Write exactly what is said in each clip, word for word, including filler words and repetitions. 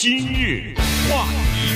今日话题，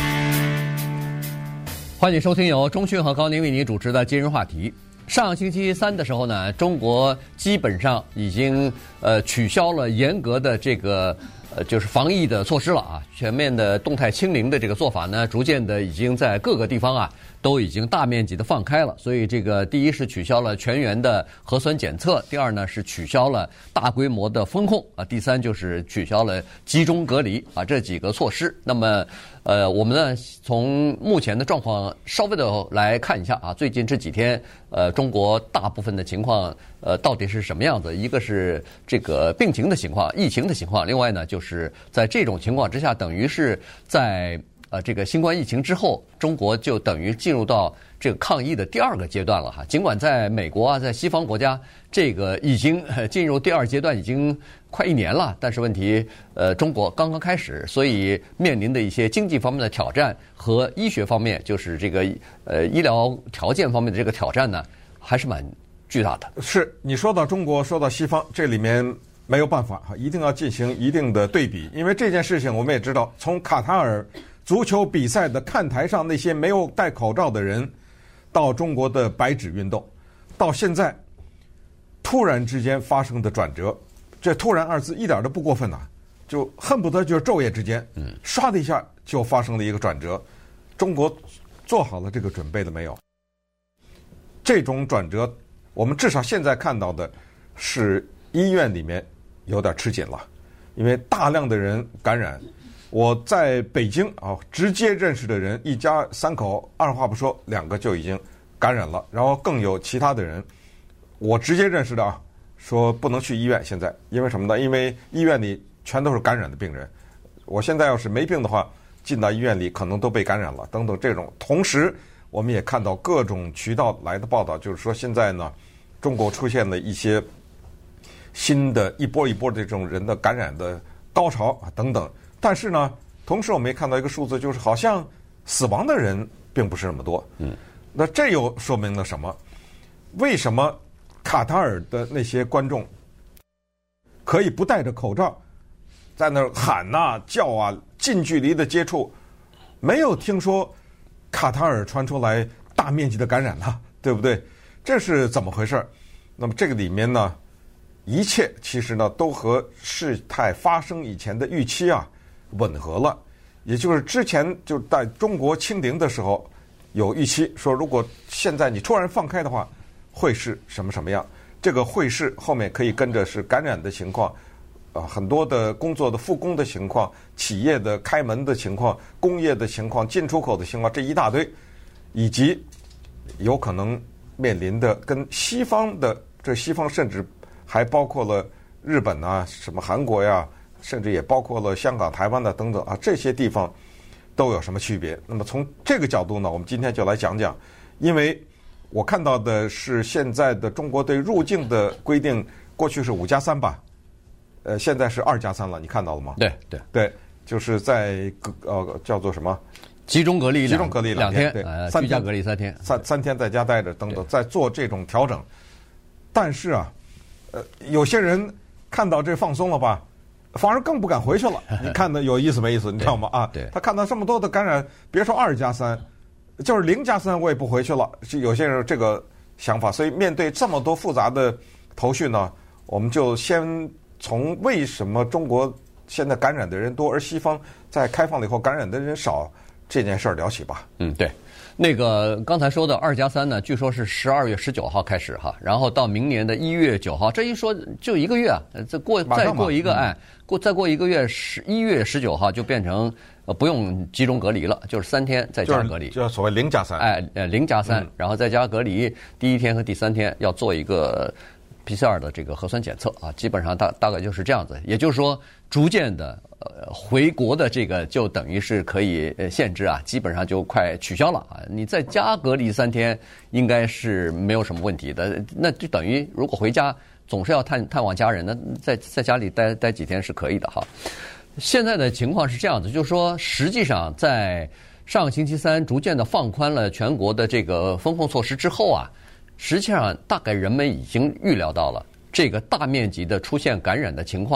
欢迎收听由钟迅和高宁为您主持的今日话题。上星期三的时候呢，中国基本上已经呃取消了严格的这个呃就是防疫的措施了啊，全面的动态清零的这个做法呢，逐渐的已经在各个地方啊都已经大面积的放开了。所以这个第一是取消了全员的核酸检测，第二呢是取消了大规模的封控啊，第三就是取消了集中隔离啊，这几个措施。那么呃，我们呢从目前的状况稍微的来看一下啊，最近这几天呃，中国大部分的情况呃到底是什么样子？一个是这个病情的情况、疫情的情况，另外呢就是在这种情况之下，等于是在呃这个新冠疫情之后，中国就等于进入到这个抗疫的第二个阶段了哈。尽管在美国啊，在西方国家，这个已经进入第二阶段已经快一年了，但是问题呃中国刚刚开始，所以面临的一些经济方面的挑战和医学方面，就是这个呃医疗条件方面的这个挑战呢，还是蛮巨大的。 是你说到中国，说到西方，这里面没有办法哈，一定要进行一定的对比，因为这件事情我们也知道，从卡塔尔足球比赛的看台上那些没有戴口罩的人，到中国的白纸运动，到现在突然之间发生的转折，这突然二字一点都不过分呐、啊，就恨不得就是昼夜之间，嗯，唰的一下就发生了一个转折。中国做好了这个准备了没有？这种转折，我们至少现在看到的是医院里面有点吃紧了，因为大量的人感染。我在北京啊，直接认识的人，一家三口，二话不说，两个就已经感染了，然后更有其他的人，我直接认识的啊，说不能去医院。现在因为什么呢？因为医院里全都是感染的病人，我现在要是没病的话，进到医院里可能都被感染了，等等这种。同时，我们也看到各种渠道来的报道，就是说现在呢，中国出现了一些新的一波一波的这种人的感染的高潮啊，等等。但是呢，同时我们也看到一个数字，就是好像死亡的人并不是那么多。嗯，那这又说明了什么？为什么卡塔尔的那些观众可以不戴着口罩在那儿喊呐、叫啊，近距离的接触，没有听说卡塔尔传出来大面积的感染呢？对不对？这是怎么回事？那么这个里面呢，一切其实呢都和事态发生以前的预期啊吻合了，也就是之前就在中国清零的时候有预期说，如果现在你突然放开的话，会是什么什么样？这个会是后面可以跟着是感染的情况，啊，很多的工作的复工的情况，企业的开门的情况，工业的情况，进出口的情况，这一大堆，以及有可能面临的跟西方的，这西方甚至还包括了日本啊，什么韩国呀，甚至也包括了香港、台湾的等等啊，这些地方都有什么区别？那么从这个角度呢，我们今天就来讲讲，因为我看到的是现在的中国对入境的规定，过去是五加三吧，呃，现在是二加三了，你看到了吗？ 对对对，就是在呃叫做什么？ 集中隔离， 集中隔离两天，对， 呃，居家隔离三天， 三三天在家待着等等，在做这种调整。但是啊，呃，有些人看到这放松了吧，反而更不敢回去了。你看的有意思没意思？你知道吗？啊， 对， 他看到这么多的感染，别说二加三，就是零加三，我也不回去了。是有些人这个想法，所以面对这么多复杂的头绪呢，我们就先从为什么中国现在感染的人多，而西方在开放了以后感染的人少这件事儿聊起吧。 嗯，对。那个刚才说的二加三呢，据说是十二月十九号开始哈，然后到明年的一月九号，这一说就一个月啊，再过再过一个哎，过再过一个月，十一月十九号就变成呃不用集中隔离了，就是三天在家隔离， 就是所谓零加三， 哎呃零加三，然后在家隔离第一天和第三天要做一个 P C R 的这个核酸检测啊，基本上大大概就是这样子，也就是说逐渐的。呃，回国的这个就等于是可以呃限制啊，基本上就快取消了啊。你在家隔离三天，应该是没有什么问题的。那就等于如果回家总是要探探望家人，那在在家里待待几天是可以的哈。现在的情况是这样子，就是说，实际上在上个星期三逐渐的放宽了全国的这个封控措施之后啊，实际上大概人们已经预料到了这个大面积的出现感染的情况。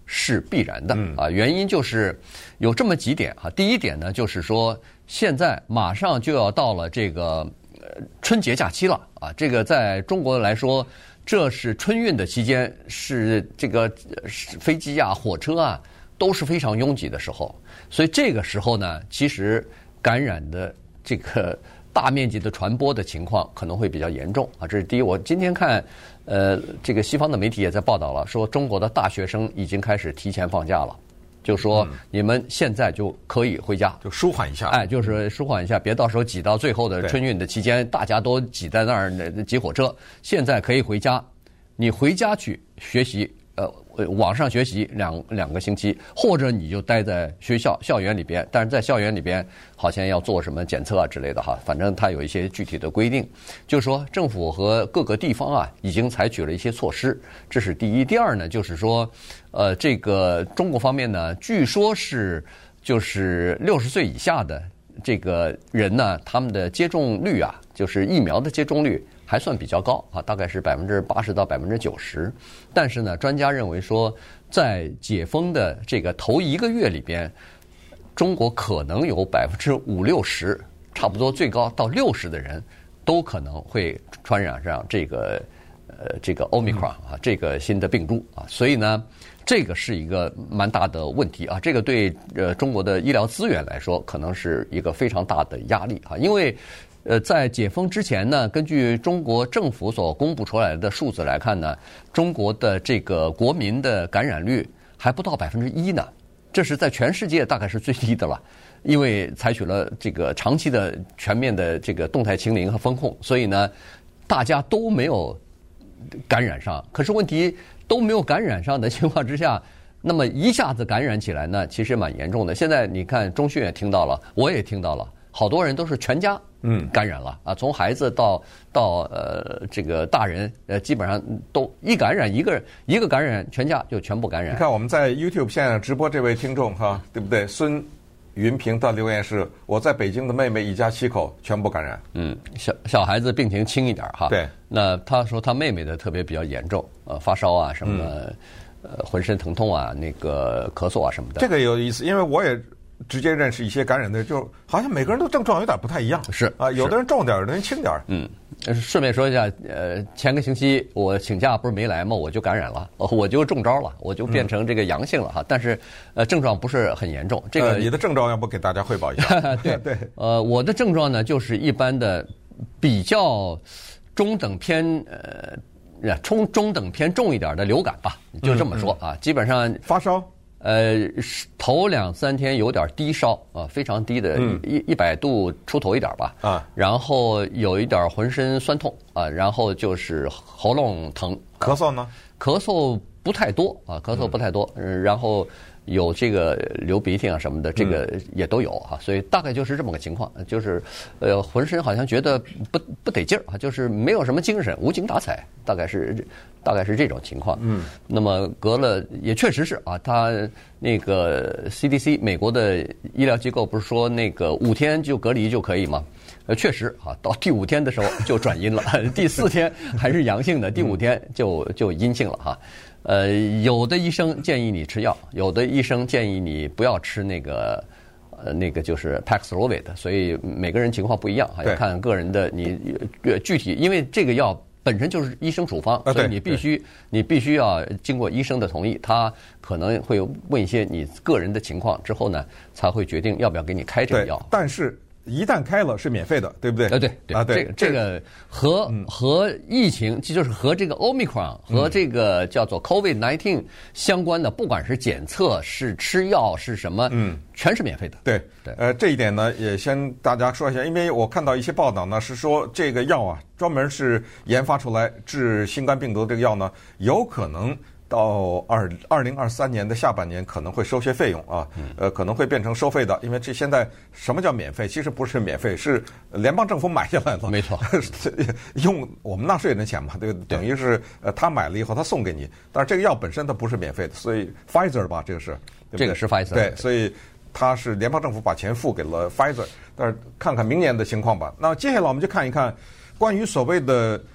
是必然的啊。原因就是有这么几点啊。第一点呢，就是说现在马上就要到了这个春节假期了啊。这个在中国来说，这是春运的期间，是这个飞机啊、火车啊都是非常拥挤的时候。所以这个时候呢，其实感染的这个大面积的传播的情况可能会比较严重啊。这是第一。我今天看。呃，这个西方的媒体也在报道了，说中国的大学生已经开始提前放假了，就说你们现在就可以回家， 就舒缓一下， 哎，就是舒缓一下，别到时候挤到最后的春运的期间，大家都挤在那儿挤火车。现在可以回家，你回家去学习，呃，网上学习两两个星期，或者你就待在学校校园里边，但是在校园里边好像要做什么检测啊之类的哈，反正它有一些具体的规定，就是说政府和各个地方啊已经采取了一些措施，这是第一。第二呢，就是说，呃，这个中国方面呢，据说是就是六十岁以下的这个人呢，他们的接种率啊，就是疫苗的接种率还算比较高啊，大概是百分之八十到百分之九十。但是呢，专家认为说，在解封的这个头一个月里边，中国可能有百分之五六十，差不多最高到六十的人，都可能会传染上这个呃这个 Omicron 啊，这个新的病毒啊。所以呢，这个是一个蛮大的问题啊。这个对呃中国的医疗资源来说，可能是一个非常大的压力啊，因为。呃，在解封之前呢，根据中国政府所公布出来的数字来看呢，中国的这个国民的感染率还不到百分之一呢，这是在全世界大概是最低的了。因为采取了这个长期的全面的这个动态清零和风控，所以呢，大家都没有感染上。可是问题都没有感染上的情况之下，那么一下子感染起来呢，其实蛮严重的。现在你看，中讯也听到了，我也听到了。好多人都是全家嗯感染了啊，从孩子到到呃这个大人呃基本上都一感染一个一个感染全家就全部感染。 你看我们在 YouTube 线上直播这位听众哈，对不对？孙云平的留言是：我在北京的妹妹一家七口全部感染。 嗯，小小孩子病情轻一点哈。 对。 那他说他妹妹的特别比较严重，呃发烧啊什么，嗯、呃浑身疼痛啊，那个咳嗽啊什么的。 这个有意思，因为我也。直接认识一些感染的，就好像每个人都症状有点不太一样。 是啊，有的人重点，有的人轻点。 嗯，顺便说一下，呃，前个星期我请假不是没来吗？我就感染了，我就中招了，我就变成这个阳性了哈。嗯、但是呃，症状不是很严重。这个、 呃、你的症状要不给大家汇报一下？ 对对，呃，我的症状呢就是一般的比较中等偏呃中中等偏重一点的流感吧，就这么说啊。嗯嗯、基本上发烧。 呃，头两三天有点低烧啊，非常低的，一一百度出头一点吧啊，然后有一点浑身酸痛啊，然后就是喉咙疼， 咳嗽呢？ 咳嗽不太多啊，咳嗽不太多，嗯，然后有这个流鼻涕啊什么的，这个也都有啊，所以大概就是这么个情况，就是呃浑身好像觉得不不得劲儿啊，就是没有什么精神，无精打采，大概是大概是这种情况。嗯，那么隔了也确实是啊，他那个 C D C 美国的医疗机构不是说那个五天就隔离就可以吗？呃，确实啊，到第五天的时候就转阴了，第四天还是阳性的，第五天就就阴性了哈。呃，有的医生建议你吃药，有的医生建议你不要吃那个，呃，那个就是 Paxlovid， 所以每个人情况不一样，还要看个人的你具体，因为这个药本身就是医生处方， 啊、 所以你必须你必须要经过医生的同意，他可能会问一些你个人的情况之后呢，才会决定要不要给你开这个药。 但是。一旦开了是免费的，对不对？ 啊，对对啊，对，这个这个和、嗯、和疫情，就是和这个 Omicron 和这个叫做 COVID 十九 相关的，不管是检测、是吃药、是什么，嗯，全是免费的。 对对，呃，这一点呢，也先大家说一下，因为我看到一些报道呢，是说这个药啊，专门是研发出来治新冠病毒的这个药呢，有可能。到二二零二三年的下半年可能会收些费用啊，呃，可能会变成收费的，因为这现在什么叫免费？其实不是免费，是联邦政府买下来了， 没错， 用我们纳税人的钱嘛，对，等于是呃他买了以后他送给你，但是这个药本身它不是免费的，所以 Pfizer 吧，这个是，对对这个是 Pfizer， 对，所以它是联邦政府把钱付给了 Pfizer， 但是看看明年的情况吧。那接下来我们就看一看关于所谓的。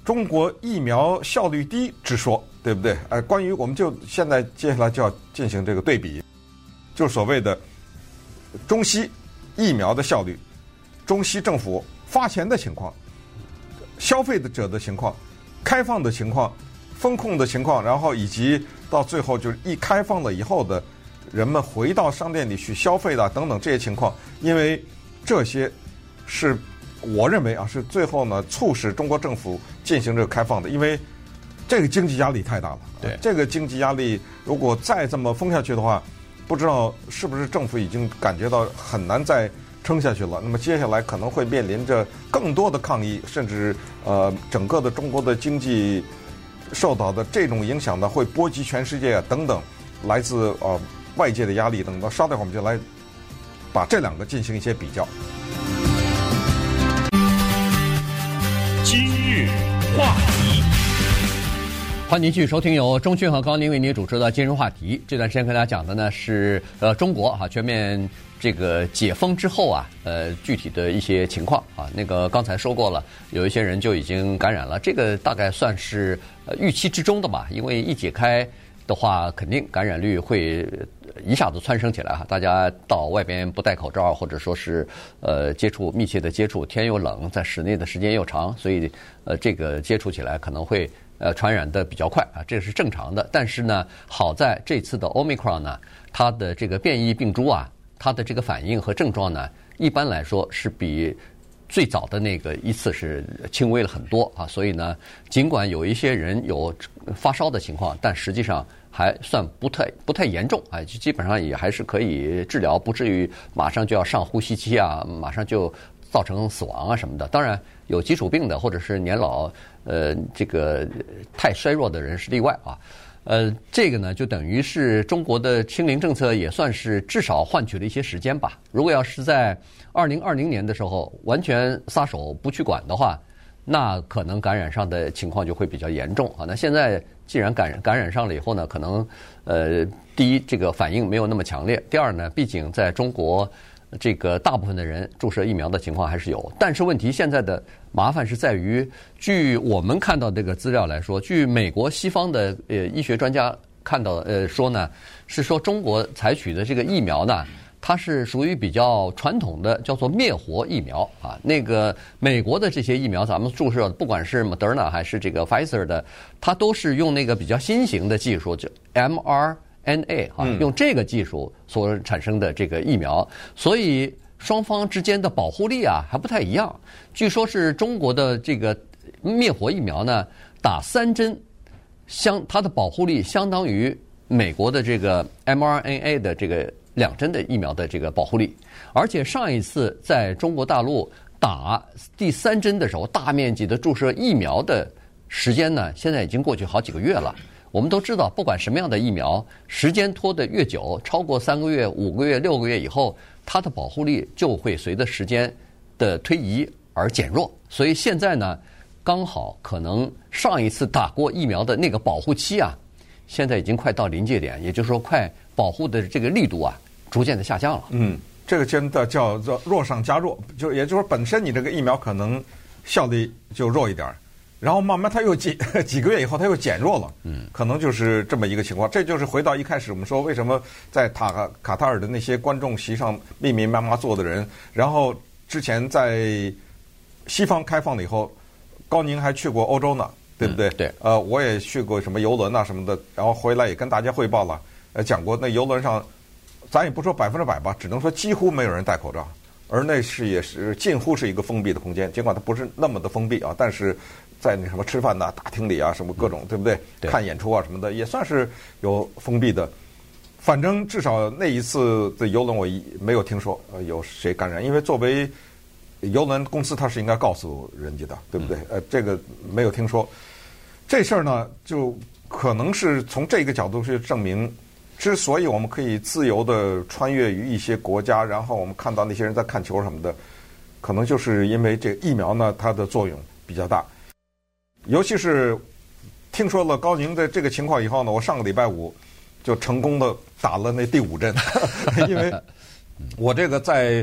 中国疫苗效率低之说，对不对？呃，关于我们就现在接下来就要进行这个对比，就是所谓的中西疫苗的效率，中西政府发钱的情况，消费者的情况，开放的情况，风控的情况，然后以及到最后就是一开放了以后的人们回到商店里去消费的等等这些情况，因为这些是我认为啊是最后呢促使中国政府进行这个开放的，因为这个经济压力太大了。 对， 这个经济压力如果再这么封下去的话，不知道是不是政府已经感觉到很难再撑下去了。那么接下来可能会面临着更多的抗议，甚至呃整个的中国的经济受到的这种影响呢，会波及全世界啊等等，来自呃外界的压力等等。稍待会儿我们就来把这两个进行一些比较。 今日话题， 欢迎继续收听由钟迅和高宁为您主持的今日话题。这段时间跟大家讲的呢是呃中国哈、啊、全面这个解封之后啊，呃具体的一些情况啊。那个刚才说过了，有一些人就已经感染了，这个大概算是呃预期之中的吧，因为一解开的话，肯定感染率会一下子蹿升起来哈。大家到外边不戴口罩，或者说是呃接触密切的接触，天又冷，在室内的时间又长，所以呃这个接触起来可能会呃传染的比较快啊，这是正常的。但是呢，好在这次的 Omicron 呢，它的这个变异病株啊，它的这个反应和症状呢，一般来说是比最早的那个一次是轻微了很多啊，所以呢，尽管有一些人有发烧的情况，但实际上还算不太不太严重啊，基本上也还是可以治疗，不至于马上就要上呼吸机啊，马上就造成死亡啊什么的。当然，有基础病的或者是年老呃这个太衰弱的人是例外啊。呃，这个呢，就等于是中国的清零政策也算是至少换取了一些时间吧。如果要是在二零二零年的时候完全撒手不去管的话，那可能感染上的情况就会比较严重啊。那现在既然感染感染上了以后呢，可能呃，第一这个反应没有那么强烈，第二呢，毕竟在中国这个大部分的人注射疫苗的情况还是有，但是问题现在的麻烦是在于，据我们看到这个资料来说，据美国西方的呃医学专家看到呃说呢，是说中国采取的这个疫苗呢，它是属于比较传统的，叫做灭活疫苗啊。那个美国的这些疫苗，咱们注射不管是 Moderna 还是这个 Pfizer 的，它都是用那个比较新型的技术，就 M R N A 啊，用这个技术所产生的这个疫苗，所以双方之间的保护力啊还不太一样。据说是中国的这个灭活疫苗呢，打三针相它的保护力相当于美国的这个 M R N A 的这个两针的疫苗的这个保护力。而且上一次在中国大陆打第三针的时候，大面积的注射疫苗的时间呢，现在已经过去好几个月了。我们都知道，不管什么样的疫苗，时间拖得越久，超过三个月、五个月、六个月以后，它的保护力就会随着时间的推移而减弱。所以现在呢，刚好可能上一次打过疫苗的那个保护期啊，现在已经快到临界点，也就是说，快保护的这个力度啊，逐渐的下降了。 嗯，这个真的叫做弱上加弱，就也就是说，本身你这个疫苗可能效力就弱一点。然后慢慢它又几几个月以后它又减弱了，嗯，可能就是这么一个情况。这就是回到一开始我们说，为什么在塔卡塔尔的那些观众席上密密麻麻坐的人，然后之前在西方开放了以后，高宁还去过欧洲呢，对不对？ 嗯、对。 呃，我也去过什么游轮啊什么的，然后回来也跟大家汇报了，呃，讲过那游轮上，咱也不说百分之百吧，只能说几乎没有人戴口罩。而那是也是近乎是一个封闭的空间，尽管它不是那么的封闭啊，但是在那什么吃饭呐、大厅里啊，什么各种，对不对？ 对， 看演出啊什么的，也算是有封闭的。反正至少那一次的游轮我没有听说呃有谁感染，因为作为游轮公司，它是应该告诉人家的，对不对？呃，这个没有听说。这事儿呢，就可能是从这个角度去证明。之所以我们可以自由的穿越于一些国家，然后我们看到那些人在看球什么的，可能就是因为这个疫苗呢，它的作用比较大。尤其是听说了高宁的这个情况以后呢，我上个礼拜五就成功的打了那第五针，因为我这个在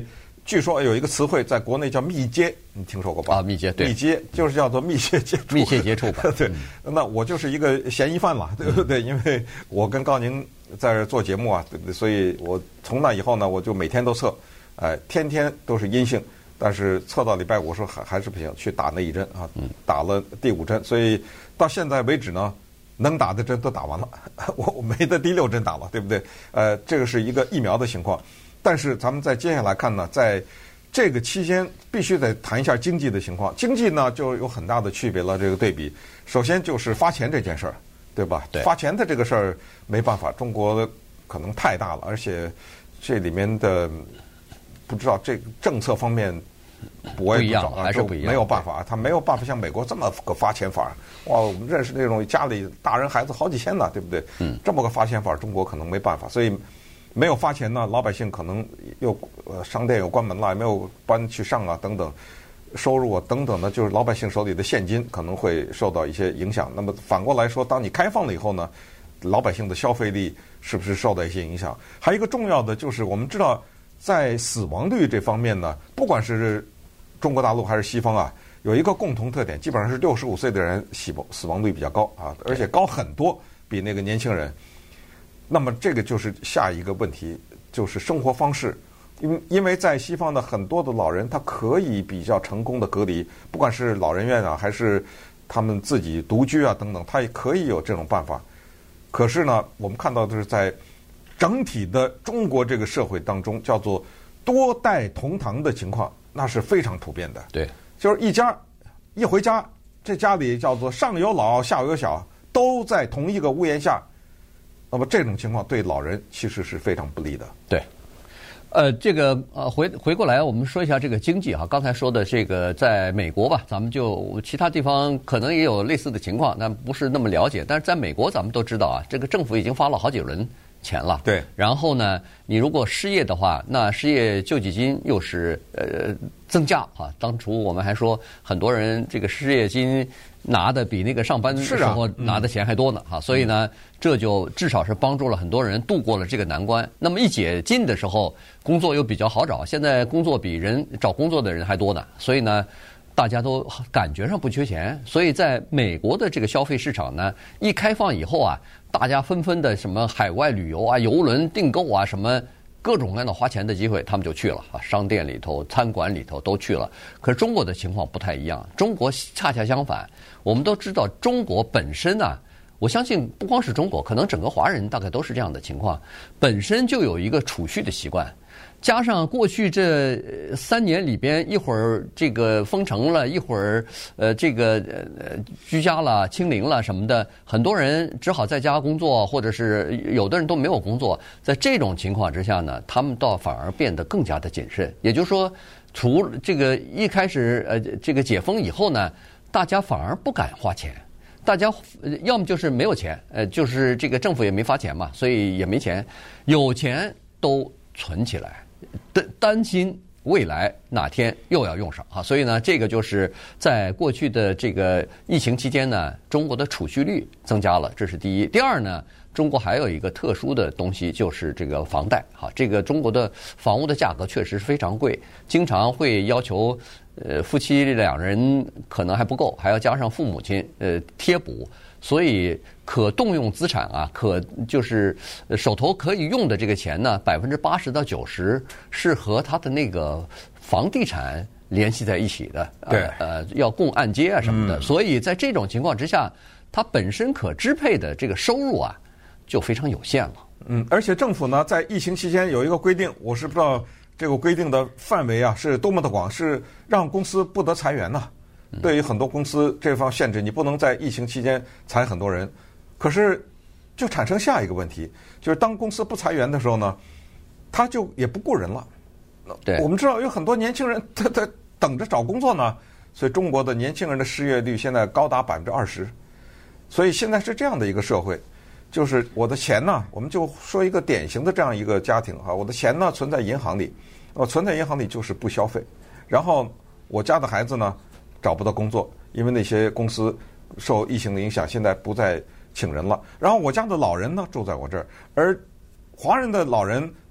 据说有一个词汇在国内叫密接，你听说过吧？ 啊，密接，对， 密接就是叫做密切接触， 密切接触吧。 对，那我就是一个嫌疑犯了，对不对？因为我跟高宁在这做节目啊，对不对？所以我从那以后呢，我就每天都测，哎，天天都是阴性，但是测到礼拜五说还还是不行，去打那一针啊，打了第五针，所以到现在为止呢，能打的针都打完了，我我没的第六针打了，对不对？呃，这个是一个疫苗的情况。但是咱们在接下来看呢，在这个期间必须得谈一下经济的情况。经济呢就有很大的区别了，这个对比。首先就是发钱这件事儿，对吧？ 对。 发钱的这个事儿没办法，中国可能太大了，而且这里面的不知道这个政策方面我也不知道， 还是不一样， 没有办法，他没有办法像美国这么个发钱法。哇，我们认识那种家里大人孩子好几千呢，对不对？嗯。这么个发钱法，中国可能没办法，所以。没有发钱呢，老百姓可能又呃商店又关门了，也没有搬去上啊等等，收入啊等等的，就是老百姓手里的现金可能会受到一些影响。那么反过来说，当你开放了以后呢，老百姓的消费力是不是受到一些影响？还有一个重要的就是，我们知道在死亡率这方面呢，不管是中国大陆还是西方啊，有一个共同特点，基本上是六十五岁的人死亡死亡率比较高啊，而且高很多，比那个年轻人。那么这个就是下一个问题，就是生活方式，因因为在西方的很多的老人，他可以比较成功的隔离，不管是老人院啊，还是他们自己独居啊等等，他也可以有这种办法。可是呢，我们看到的是在整体的中国这个社会当中，叫做多代同堂的情况，那是非常普遍的。 对， 就是一家一回家，这家里叫做上有老下有小，都在同一个屋檐下。那么这种情况对老人其实是非常不利的。 对，呃，这个呃，回回过来，我们说一下这个经济哈。刚才说的这个，在美国吧，咱们就其他地方可能也有类似的情况，但不是那么了解。但是在美国，咱们都知道啊，这个政府已经发了好几轮钱了。 对。 然后呢，你如果失业的话，那失业救济金又是呃增加啊。当初我们还说，很多人这个失业金拿的比那个上班的时候拿的钱还多呢，哈、啊嗯，所以呢，这就至少是帮助了很多人度过了这个难关。那么一解禁的时候，工作又比较好找，现在工作比人找工作的人还多呢，所以呢，大家都感觉上不缺钱。所以在美国的这个消费市场呢，一开放以后啊，大家纷纷的什么海外旅游啊、邮轮订购啊什么。各种各样的花钱的机会，他们就去了啊，商店里头、餐馆里头都去了。可是中国的情况不太一样，中国恰恰相反。我们都知道，中国本身啊，我相信不光是中国，可能整个华人大概都是这样的情况，本身就有一个储蓄的习惯。加上过去这三年里边，一会儿这个封城了，一会儿呃这个呃居家了、清零了什么的，很多人只好在家工作，或者是有的人都没有工作。在这种情况之下呢，他们倒反而变得更加的谨慎。也就是说，除这个一开始呃这个解封以后呢，大家反而不敢花钱。大家要么就是没有钱，呃，就是这个政府也没发钱嘛，所以也没钱。有钱都存起来。担担心未来哪天又要用上啊，所以呢，这个就是在过去的这个疫情期间呢，中国的储蓄率增加了，这是第一。第二呢，中国还有一个特殊的东西，就是这个房贷哈。这个中国的房屋的价格确实是非常贵，经常会要求呃夫妻两人可能还不够，还要加上父母亲呃贴补。所以可动用资产啊，可就是手头可以用的这个钱呢，百分之八十到九十是和他的那个房地产联系在一起的。 对， 呃，要供按揭啊什么的。嗯、所以在这种情况之下，它本身可支配的这个收入啊，就非常有限了。 嗯，而且政府呢，在疫情期间有一个规定，我是不知道这个规定的范围啊是多么的广，是让公司不得裁员呐、啊。对于很多公司这方限制，你不能在疫情期间裁很多人。可是就产生下一个问题，就是当公司不裁员的时候呢，他就也不雇人了。 对， 我们知道有很多年轻人他他等着找工作呢，所以中国的年轻人的失业率现在高达百分之二十。所以现在是这样的一个社会，就是我的钱呢，我们就说一个典型的这样一个家庭哈，我的钱呢存在银行里，我存在银行里就是不消费，然后我家的孩子呢。找不到工作，因为那些公司受疫情的影响，现在不再请人了。然后我家的老人呢住在我这儿，而华人的老人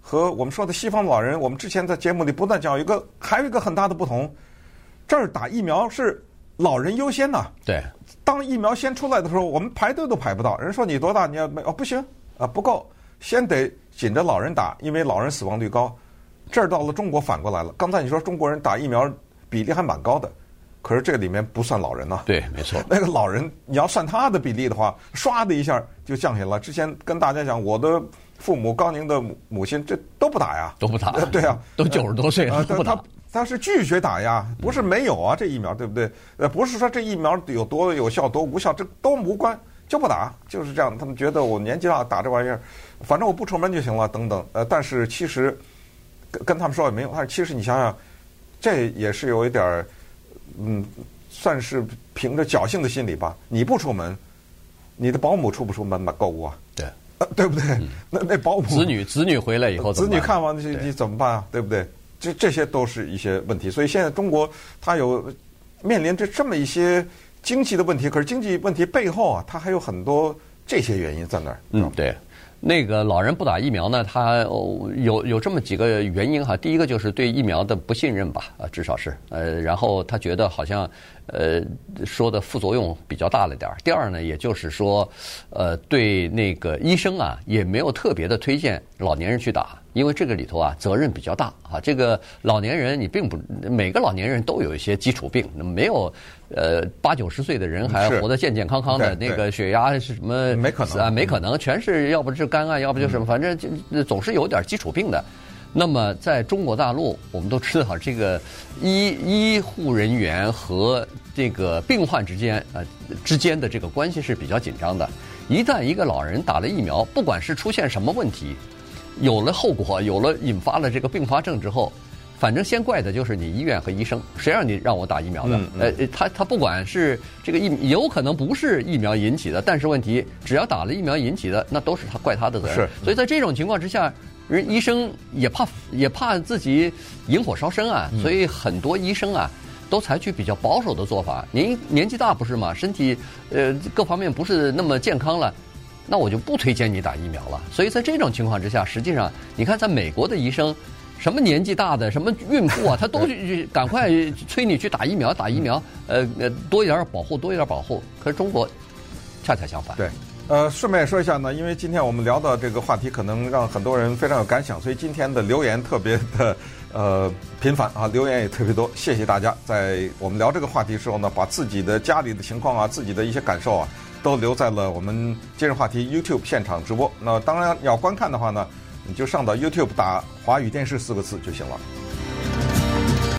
和我们说的西方老人，我们之前在节目里不断讲，有一个还有一个很大的不同，这儿打疫苗是老人优先呐。 对， 当疫苗先出来的时候，我们排队都排不到。人说你多大？你要没哦不行啊，不够，先得紧着老人打，因为老人死亡率高。这儿到了中国反过来了。刚才你说中国人打疫苗比例还蛮高的，可是这里面不算老人呐。 对，没错。 那个老人你要算他的比例的话，唰的一下就降下来了。之前跟大家讲，我的父母高龄的母亲这都不打呀， 都不打。 对啊， 都九十多岁了，都不打。 他是拒绝打呀，不是没有啊，这疫苗对不对？呃，不是说这疫苗有多有效多无效，这都无关，就不打，就是这样。他们觉得我年纪大打这玩意儿，反正我不出门就行了，等等。呃，但是其实跟跟他们说也没用。但是其实你想想，这也是有一点儿，嗯，算是凭着侥幸的心理吧。你不出门，你的保姆出不出门买购物啊？ 对， 呃，对不对？嗯、那那保姆子女子女回来以后怎么办， 子女看完你你怎么办啊？对不对？这这些都是一些问题，所以现在中国它有面临着这么一些经济的问题，可是经济问题背后啊，它还有很多这些原因在那儿。 嗯，对。那个老人不打疫苗呢，他有有这么几个原因哈。第一个就是对疫苗的不信任吧，啊，至少是呃，然后他觉得好像呃说的副作用比较大了点儿。第二呢，也就是说，呃，对那个医生啊，也没有特别的推荐老年人去打。因为这个里头啊，责任比较大啊。这个老年人，你并不每个老年人都有一些基础病，没有呃八九十岁的人还活得健健康康的，那个血压是什么？ 没可能啊，没可能，全是要不是肝啊，要不就什么，反正就总是有点基础病的。那么在中国大陆，我们都知道这个医医护人员和这个病患之间呃之间的这个关系是比较紧张的。一旦一个老人打了疫苗，不管是出现什么问题，有了后果，有了引发了这个并发症之后，反正先怪的就是你医院和医生，谁让你让我打疫苗的？ 嗯嗯、 呃，他他不管是这个疫，有可能不是疫苗引起的，但是问题只要打了疫苗引起的，那都是他怪他的责任。 是， 所以在这种情况之下，人医生也怕也怕自己引火烧身啊，所以很多医生啊都采取比较保守的做法。您年纪大不是吗？身体呃各方面不是那么健康了。那我就不推荐你打疫苗了。所以在这种情况之下，实际上你看，在美国的医生，什么年纪大的，什么孕妇啊，他都赶快催你去打疫苗，打疫苗，呃呃，多一点保护，多一点保护。可是中国恰恰相反。 对，呃，顺便说一下呢，因为今天我们聊到这个话题，可能让很多人非常有感想，所以今天的留言特别的呃频繁啊，留言也特别多。谢谢大家在我们聊这个话题的时候呢，把自己的家里的情况啊，自己的一些感受啊，都留在了我们今日话题 YouTube 现场直播。那当然要观看的话呢，你就上到 YouTube 打华语电视四个字就行了。